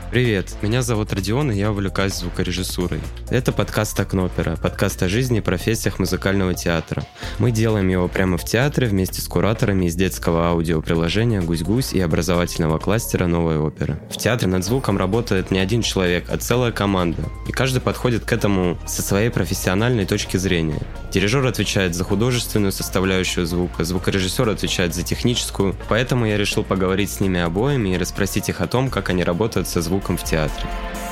Привет, меня зовут Родион, и я увлекаюсь звукорежиссурой. Это подкаст «Окнопера», подкаст о жизни и профессиях музыкального театра. Мы делаем его прямо в театре вместе с кураторами из детского аудиоприложения «Гусь-Гусь» и образовательного кластера «Новая опера». В театре над звуком работает не один человек, а целая команда. И каждый подходит к этому со своей профессиональной точки зрения. Дирижер отвечает за художественную составляющую звука, звукорежиссер отвечает за техническую, поэтому я решил поговорить с ними обоими и расспросить их о том, как они работают со звуком в театре.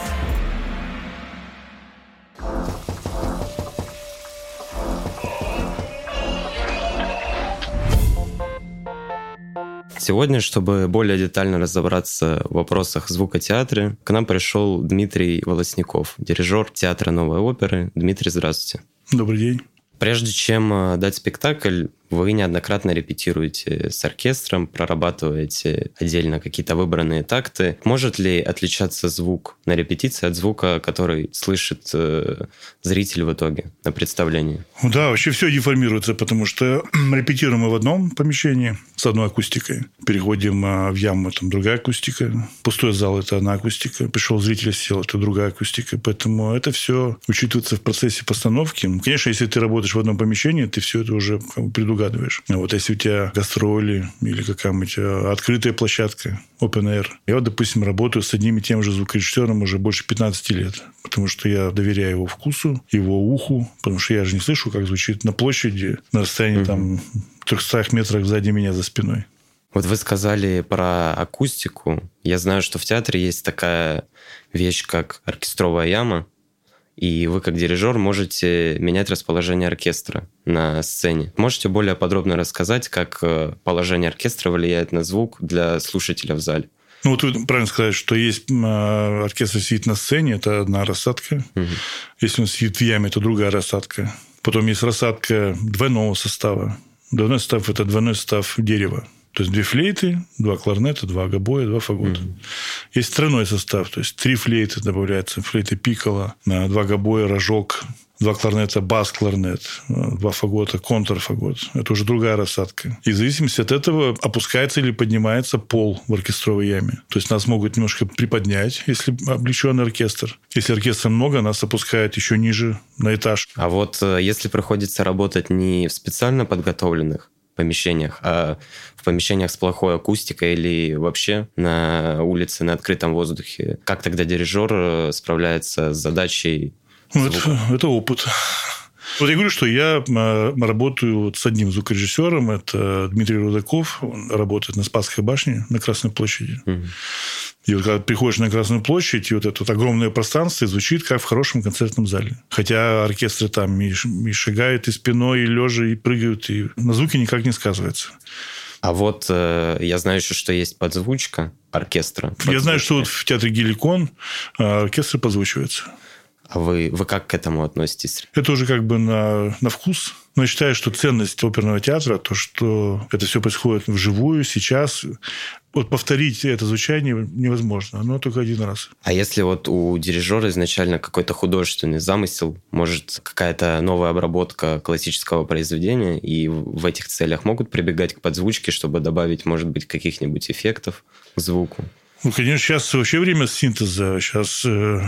Сегодня, чтобы более детально разобраться в вопросах звукотеатра, к нам пришел Дмитрий Волосников, дирижер театра «Новой оперы». Дмитрий, здравствуйте. Добрый день. Прежде чем дать спектакль, вы неоднократно репетируете с оркестром, прорабатываете отдельно какие-то выбранные такты. Может ли отличаться звук на репетиции от звука, который слышит зритель в итоге на представлении? Да, вообще все деформируется, потому что репетируем мы в одном помещении с одной акустикой. Переходим в яму, там другая акустика. Пустой зал – это одна акустика. Пришел зритель, сел – это другая акустика. Поэтому это все учитывается в процессе постановки. Конечно, если ты работаешь в одном помещении, ты все это уже предугадываешь. А вот если у тебя гастроли или какая-нибудь открытая площадка, open air. Я вот, допустим, работаю с одним и тем же звукорежиссером уже больше 15 лет. Потому что я доверяю его вкусу, его уху. Потому что я же не слышу, как звучит на площади, на расстоянии там 300 метрах сзади меня за спиной. Вот вы сказали про акустику. Я знаю, что в театре есть такая вещь, как оркестровая яма. И вы, как дирижер, можете менять расположение оркестра на сцене. Можете более подробно рассказать, как положение оркестра влияет на звук для слушателя в зале? Ну, вот вы правильно сказали, что есть оркестр сидит на сцене, это одна рассадка. Если он сидит в яме, это другая рассадка. Потом есть рассадка двойного состава. Двойной состав – это двойной состав дерева. То есть 2 флейты, 2 кларнета, 2 гобоя, 2 фагота. Есть тройной состав, то есть 3 флейты добавляются, флейты пикколо, 2 гобоя, рожок, 2 кларнета, бас-кларнет, 2 фагота, контрфагот. Это уже другая рассадка. И в зависимости от этого опускается или поднимается пол в оркестровой яме. То есть нас могут немножко приподнять, если облеченный оркестр. Если оркестра много, нас опускают еще ниже на этаж. А вот если приходится работать не в специально подготовленных помещениях, а в помещениях с плохой акустикой или вообще на улице, на открытом воздухе, как тогда дирижер справляется с задачей звука? Это опыт. Вот я говорю, что я работаю с одним звукорежиссером, это Дмитрий Рудаков, он работает на Спасской башне на Красной площади. И вот когда приходишь на Красную площадь, и вот это вот огромное пространство звучит, как в хорошем концертном зале. Хотя оркестры там и шагают, и спиной, и лежа, и прыгают, и на звуке никак не сказывается. А вот я знаю еще, что есть подзвучка оркестра. Я знаю, что вот в театре Геликон оркестры подзвучиваются. А вы как к этому относитесь? Это уже как бы на вкус. Но я считаю, что ценность оперного театра, то, что это все происходит вживую, сейчас. Вот повторить это звучание невозможно. Оно только один раз. А если вот у дирижера изначально какой-то художественный замысел, может, какая-то новая обработка классического произведения, и в этих целях могут прибегать к подзвучке, чтобы добавить, может быть, каких-нибудь эффектов к звуку? Ну, конечно, сейчас вообще время синтеза. Сейчас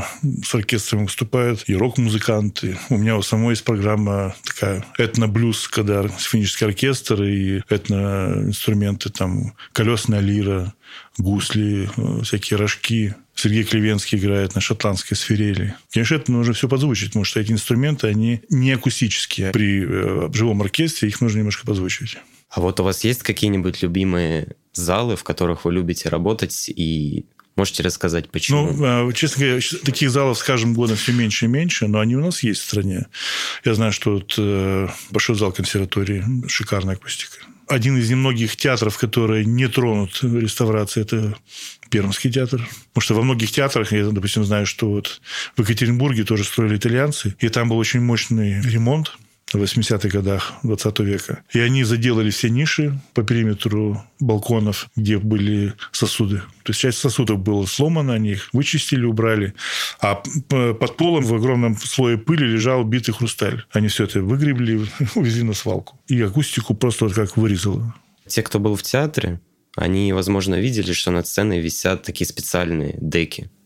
с оркестром выступают и рок-музыканты. У меня у самого есть программа такая этно-блюз, когда симфонический оркестр и этно-инструменты, там, колесная лира, гусли, всякие рожки. Сергей Клевенский играет на шотландской свирели. Конечно, это нужно все подзвучить, потому что эти инструменты, они не акустические. При живом оркестре их нужно немножко подзвучивать. А вот у вас есть какие-нибудь любимые залы, в которых вы любите работать, и можете рассказать, почему? Ну, честно говоря, таких залов с каждым годом все меньше и меньше, но они у нас есть в стране. Я знаю, что вот большой зал консерватории, шикарная акустика. Один из немногих театров, который не тронут реставрацией, это Пермский театр. Потому что во многих театрах, я, допустим, знаю, что вот в Екатеринбурге тоже строили итальянцы, и там был очень мощный ремонт в 80-х годах 20 века. И они заделали все ниши по периметру балконов, где были сосуды. То есть часть сосудов была сломана, они их вычистили, убрали. А под полом в огромном слое пыли лежал битый хрусталь. Они все это выгребли, увезли на свалку. И акустику просто вот как вырезало. Те, кто был в театре, они, возможно, видели, что над сценой висят такие специальные деки.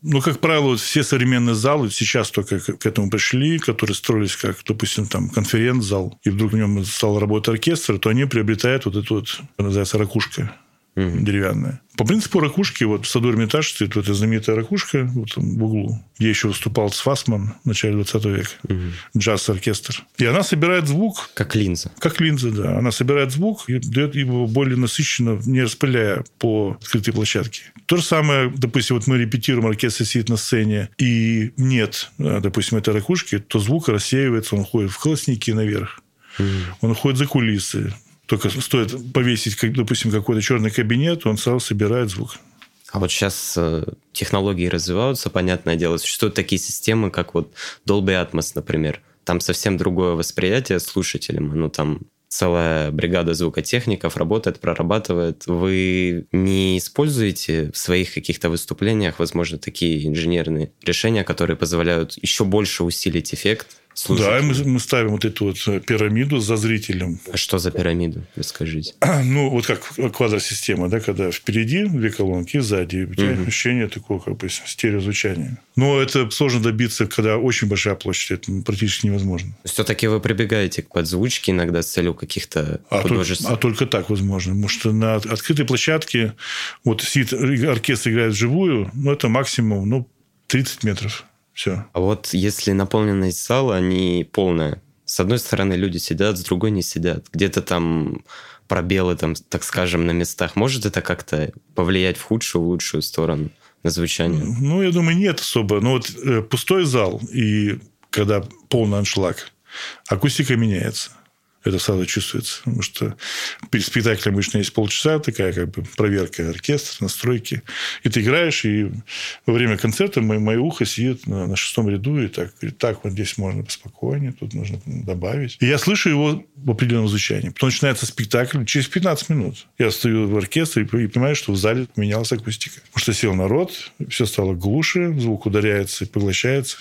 Ну, как правило, вот все современные залы сейчас только к этому пришли, которые строились как, допустим, там конференц-зал, и вдруг в нем стал работать оркестр, то они приобретают вот эту вот, называется, ракушка деревянная. По принципу ракушки, вот в саду Эрмитаж стоит вот эта знаменитая ракушка вот в углу, где еще выступал Цвасман в начале 20 века, джаз-оркестр. И она собирает звук... Как линза. Как линза, да. Она собирает звук и дает его более насыщенно, не распыляя по открытой площадке. То же самое, допустим, вот мы репетируем, оркестр сидит на сцене, и нет, допустим, этой ракушки, то звук рассеивается, он уходит в колосники наверх, он уходит за кулисы. Только стоит повесить, допустим, какой-то черный кабинет, он сразу собирает звук. А вот сейчас технологии развиваются, понятное дело. Существуют такие системы, как вот Dolby Atmos, например. Там совсем другое восприятие слушателям. Ну, там целая бригада звукотехников работает, прорабатывает. Вы не используете в своих каких-то выступлениях, возможно, такие инженерные решения, которые позволяют еще больше усилить эффект? Да, мы ставим вот эту вот пирамиду за зрителем. А что за пирамиду? Расскажите. Ну, вот как квадросистема, да, когда впереди две колонки, сзади. У тебя ощущение такого, как бы, стереозвучания. Но это сложно добиться, когда очень большая площадь. Это практически невозможно. Все-таки вы прибегаете к подзвучке иногда с целью каких-то художеств? А только так возможно. Потому что на открытой площадке вот сидит оркестр, играет вживую, ну, это максимум 30 метров. Все. А вот если наполненность зала не полная, с одной стороны люди сидят, с другой не сидят, где-то там пробелы, там, так скажем, на местах, может это как-то повлиять в худшую, в лучшую сторону на звучание? Ну, я думаю, нет особо. Но вот пустой зал, и когда полный аншлаг, акустика меняется. Это сразу чувствуется. Потому что перед спектаклем обычно есть полчаса, такая как бы проверка оркестра, настройки. И ты играешь, и во время концерта мое ухо сидит на 6-м ряду и так говорит, так, вот здесь можно поспокойнее, тут нужно добавить. И я слышу его в определенном звучании. Потом начинается спектакль. Через 15 минут я стою в оркестре и понимаю, что в зале поменялась акустика. Потому что сел народ, все стало глуше, звук ударяется и поглощается.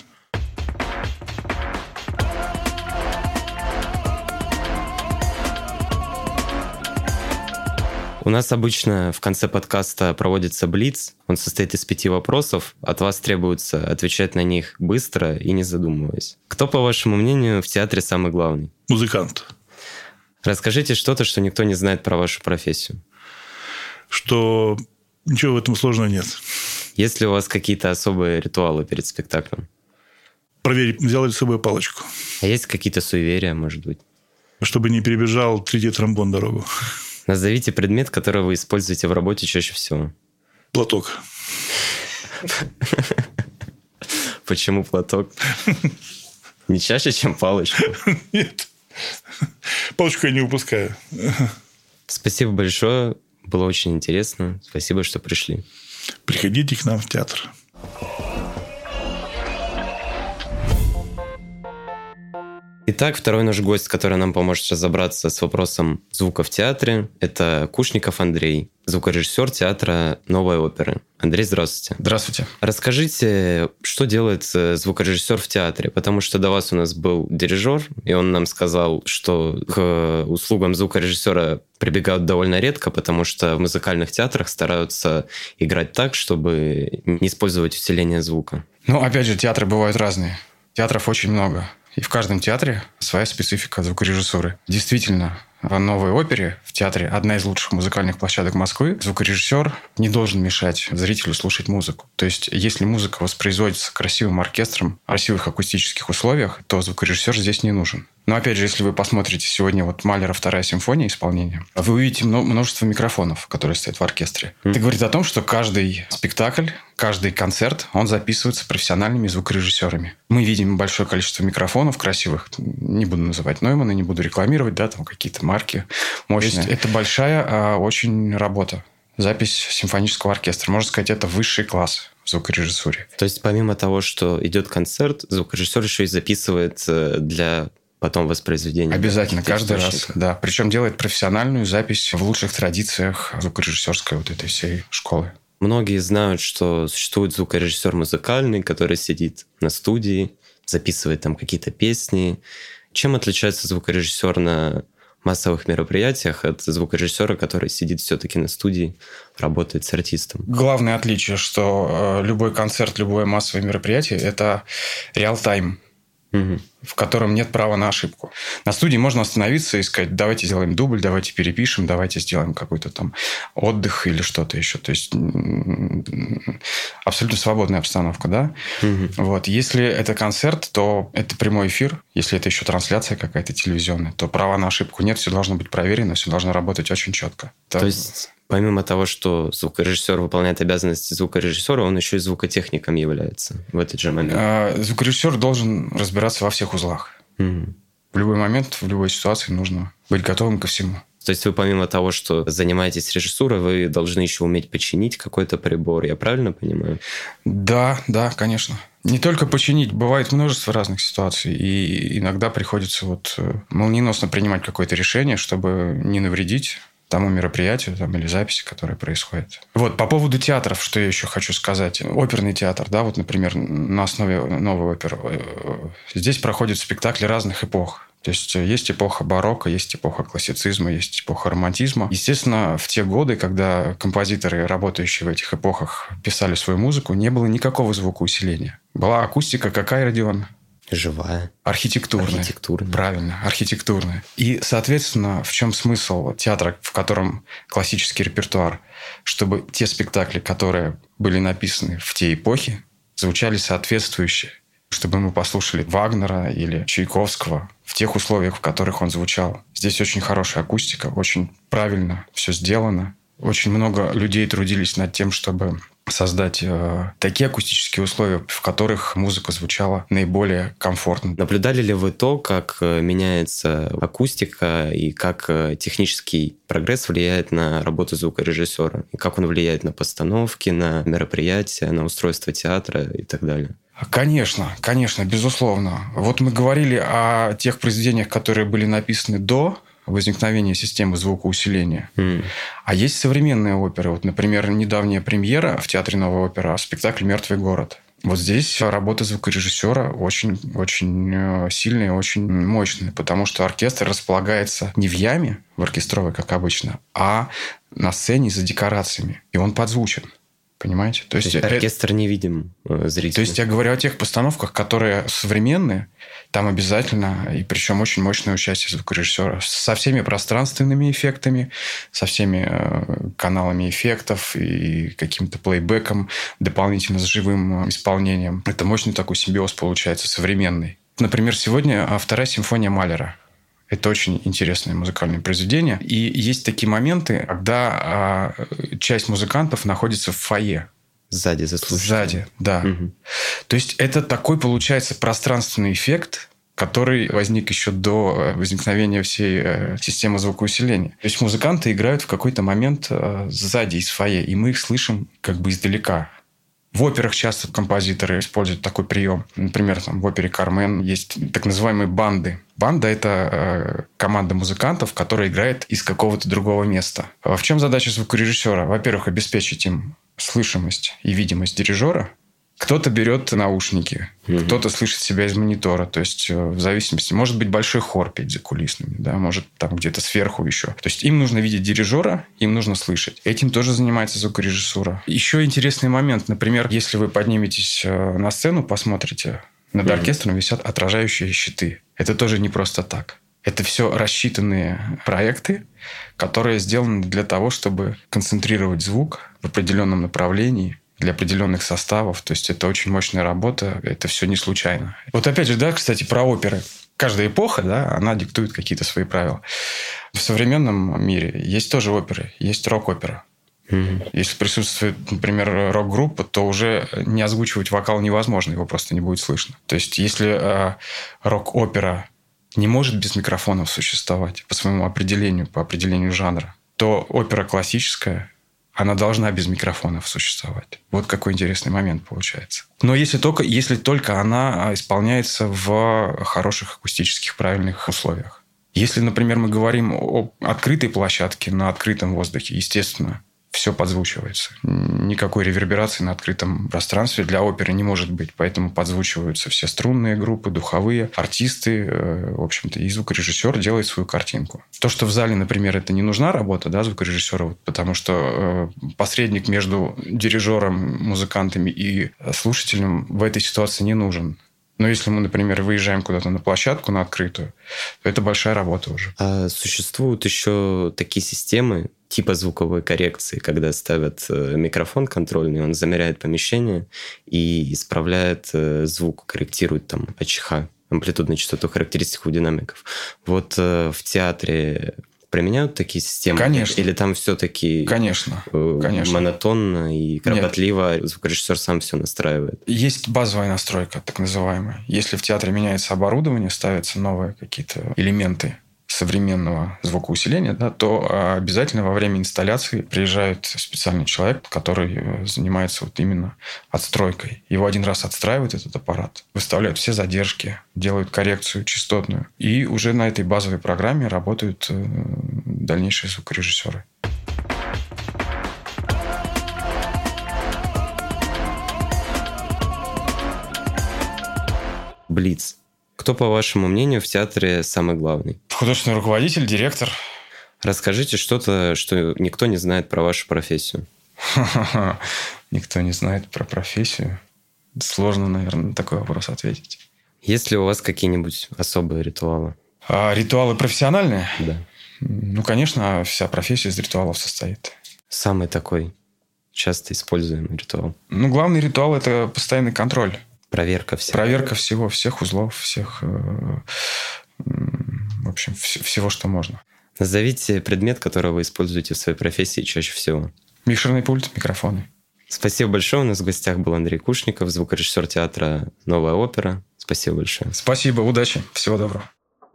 У нас обычно в конце подкаста проводится блиц. Он состоит из 5 вопросов. От вас требуется отвечать на них быстро и не задумываясь. Кто, по вашему мнению, в театре самый главный? Музыкант. Расскажите что-то, что никто не знает про вашу профессию. Что ничего в этом сложного нет. Есть ли у вас какие-то особые ритуалы перед спектаклем? Проверить, взял ли с собой палочку. А есть какие-то суеверия, может быть? Чтобы не перебежал третий тромбон дорогу. Назовите предмет, который вы используете в работе чаще всего. Платок. Почему платок? Не чаще, чем палочку? Нет. Палочку я не упускаю. Спасибо большое. Было очень интересно. Спасибо, что пришли. Приходите к нам в театр. Итак, второй наш гость, который нам поможет разобраться с вопросом звука в театре, это Кушников Андрей, звукорежиссер театра «Новой оперы». Андрей, здравствуйте. Здравствуйте. Расскажите, что делает звукорежиссер в театре? Потому что до вас у нас был дирижер, и он нам сказал, что к услугам звукорежиссера прибегают довольно редко, потому что в музыкальных театрах стараются играть так, чтобы не использовать усиление звука. Ну, опять же, театры бывают разные. Театров очень много. И в каждом театре своя специфика звукорежиссуры. Действительно, в «Новой опере», в театре, одна из лучших музыкальных площадок Москвы, звукорежиссер не должен мешать зрителю слушать музыку. То есть, если музыка воспроизводится красивым оркестром, в красивых акустических условиях, то звукорежиссер здесь не нужен. Но, опять же, если вы посмотрите сегодня вот Малера «Вторая симфония» исполнение, вы увидите множество микрофонов, которые стоят в оркестре. Это говорит о том, что каждый спектакль, каждый концерт, он записывается профессиональными звукорежиссерами. Мы видим большое количество микрофонов красивых. Не буду называть Ноймана, не буду рекламировать, да, там какие-то марки мощные. Это большая очень работа. Запись симфонического оркестра. Можно сказать, это высший класс в звукорежиссуре. То есть, помимо того, что идет концерт, звукорежиссер еще и записывает для потом воспроизведения. Обязательно, каждый раз, да. Причем делает профессиональную запись в лучших традициях звукорежиссерской вот этой всей школы. Многие знают, что существует звукорежиссер музыкальный, который сидит на студии, записывает там какие-то песни. Чем отличается звукорежиссер на массовых мероприятиях от звукорежиссера, который сидит все-таки на студии, работает с артистом? Главное отличие, что любой концерт, любое массовое мероприятие – это реал-тайм, в котором нет права на ошибку. На студии можно остановиться и сказать, давайте сделаем дубль, давайте перепишем, давайте сделаем какой-то там отдых или что-то еще. То есть абсолютно свободная обстановка, да? Вот. Если это концерт, то это прямой эфир. Если это еще трансляция какая-то телевизионная, то права на ошибку нет, все должно быть проверено, все должно работать очень четко. То есть помимо того, что звукорежиссер выполняет обязанности звукорежиссера, он еще и звукотехником является в этот же момент. Звукорежиссер должен разбираться во всех узлах. В любой момент, в любой ситуации нужно быть готовым ко всему. То есть вы помимо того, что занимаетесь режиссурой, вы должны еще уметь починить какой-то прибор, я правильно понимаю? Да, конечно. Не только починить, бывает множество разных ситуаций, и иногда приходится молниеносно принимать какое-то решение, чтобы не навредить тому мероприятию или записи, которая происходит. Вот, по поводу театров, что я еще хочу сказать. Оперный театр, да, например, на основе новой оперы. Здесь проходят спектакли разных эпох. То есть эпоха барокко, есть эпоха классицизма, есть эпоха романтизма. Естественно, в те годы, когда композиторы, работающие в этих эпохах, писали свою музыку, не было никакого звукоусиления. Была акустика какая, Родион? Живая. Архитектурная. Правильно, архитектурная. И, соответственно, в чем смысл театра, в котором классический репертуар? Чтобы те спектакли, которые были написаны в те эпохи, звучали соответствующе. Чтобы мы послушали Вагнера или Чайковского в тех условиях, в которых он звучал. Здесь очень хорошая акустика, очень правильно все сделано. Очень много людей трудились над тем, чтобы создать такие акустические условия, в которых музыка звучала наиболее комфортно. Наблюдали ли вы то, как меняется акустика и как технический прогресс влияет на работу звукорежиссера? И как он влияет на постановки, на мероприятия, на устройство театра и так далее? Конечно, безусловно. Вот мы говорили о тех произведениях, которые были написаны до возникновения системы звукоусиления. А есть современные оперы. Например, недавняя премьера в Театре Новой оперы, спектакль «Мертвый город». Вот здесь работа звукорежиссера очень сильная, очень мощная, потому что оркестр располагается не в яме, в оркестровой, как обычно, а на сцене за декорациями. И он подзвучен. Понимаете? То есть оркестр невидим зрителю. То есть я говорю о тех постановках, которые современные, там обязательно, и причем очень мощное участие звукорежиссера, со всеми пространственными эффектами, со всеми каналами эффектов и каким-то плейбеком, дополнительно с живым исполнением. Это мощный такой симбиоз получается, современный. Например, сегодня вторая симфония Малера. Это очень интересное музыкальное произведение. И есть такие моменты, когда часть музыкантов находится в фойе. Сзади за слушателем. Сзади, да. То есть это такой, получается, пространственный эффект, который возник еще до возникновения всей системы звукоусиления. То есть музыканты играют в какой-то момент сзади из фойе, и мы их слышим как бы издалека. В операх часто композиторы используют такой прием. Например, в опере «Кармен» есть так называемые банды. Банда – это команда музыкантов, которая играет из какого-то другого места. В чем задача звукорежиссера? Во-первых, обеспечить им слышимость и видимость дирижера. Кто-то берет наушники, кто-то слышит себя из монитора. То есть, в зависимости... Может быть, большой хор петь за кулисами, да, может, там где-то сверху еще. То есть, им нужно видеть дирижера, им нужно слышать. Этим тоже занимается звукорежиссура. Еще интересный момент. Например, если вы подниметесь на сцену, посмотрите, над оркестром висят отражающие щиты. Это тоже не просто так. Это все рассчитанные проекты, которые сделаны для того, чтобы концентрировать звук в определенном направлении, для определенных составов. То есть это очень мощная работа, это все не случайно. Вот опять же, да, кстати, про оперы. Каждая эпоха, да, она диктует какие-то свои правила. В современном мире есть тоже оперы, есть рок-опера. Если присутствует, например, рок-группа, то уже не озвучивать вокал невозможно, его просто не будет слышно. То есть если рок-опера не может без микрофонов существовать по своему определению, по определению жанра, то опера классическая, она должна без микрофонов существовать. Вот какой интересный момент получается. Но если только она исполняется в хороших акустических правильных условиях. Если, например, мы говорим о открытой площадке на открытом воздухе, естественно, все подзвучивается. Никакой реверберации на открытом пространстве для оперы не может быть. Поэтому подзвучиваются все струнные группы, духовые, артисты, в общем-то, и звукорежиссер делает свою картинку. То, что в зале, например, это не нужна работа, да, звукорежиссера, потому что посредник между дирижером, музыкантами и слушателем в этой ситуации не нужен. Но если мы, например, выезжаем куда-то на площадку, на открытую, то это большая работа уже. А существуют еще такие системы типа звуковой коррекции, когда ставят микрофон контрольный, он замеряет помещение и исправляет звук, корректирует там АЧХ, амплитудную частоту, характеристику динамиков. Вот в театре применяют такие системы? Конечно. Или там все-таки Конечно. монотонно и кропотливо, режиссер сам все настраивает? Есть базовая настройка, так называемая. Если в театре меняется оборудование, ставятся новые какие-то элементы современного звукоусиления, да, то обязательно во время инсталляции приезжает специальный человек, который занимается вот именно отстройкой. Его один раз отстраивают, этот аппарат, выставляют все задержки, делают коррекцию частотную. И уже на этой базовой программе работают дальнейшие звукорежиссеры. Блиц. Кто, по вашему мнению, в театре самый главный? Художественный руководитель, директор. Расскажите что-то, что никто не знает про вашу профессию. Никто не знает про профессию. Сложно, наверное, на такой вопрос ответить. Есть ли у вас какие-нибудь особые ритуалы? Ритуалы профессиональные? Да. Ну, конечно, вся профессия из ритуалов состоит. Самый такой часто используемый ритуал? Ну, главный ритуал – это постоянный контроль. Проверка всего. Проверка всего, всех узлов, всех, в общем, всего, что можно. Назовите предмет, который вы используете в своей профессии чаще всего. Микшерный пульт, микрофоны. Спасибо большое. У нас в гостях был Андрей Кушников, звукорежиссер театра «Новая опера». Спасибо большое. Спасибо, удачи, всего доброго.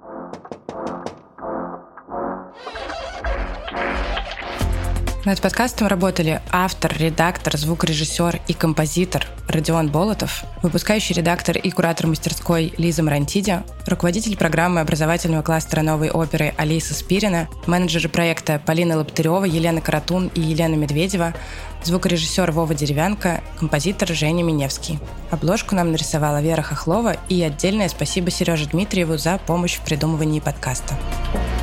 Над подкастом работали автор, редактор, звукорежиссер и композитор Родион Болотов, выпускающий редактор и куратор мастерской Лиза Марантиди, руководитель программы образовательного кластера «Новой оперы» Алиса Спирина, менеджеры проекта Полина Лоптырева, Елена Каратун и Елена Медведева, звукорежиссер Вова Деревянко, композитор Женя Миневский. Обложку нам нарисовала Вера Хохлова, и отдельное спасибо Сереже Дмитриеву за помощь в придумывании подкаста.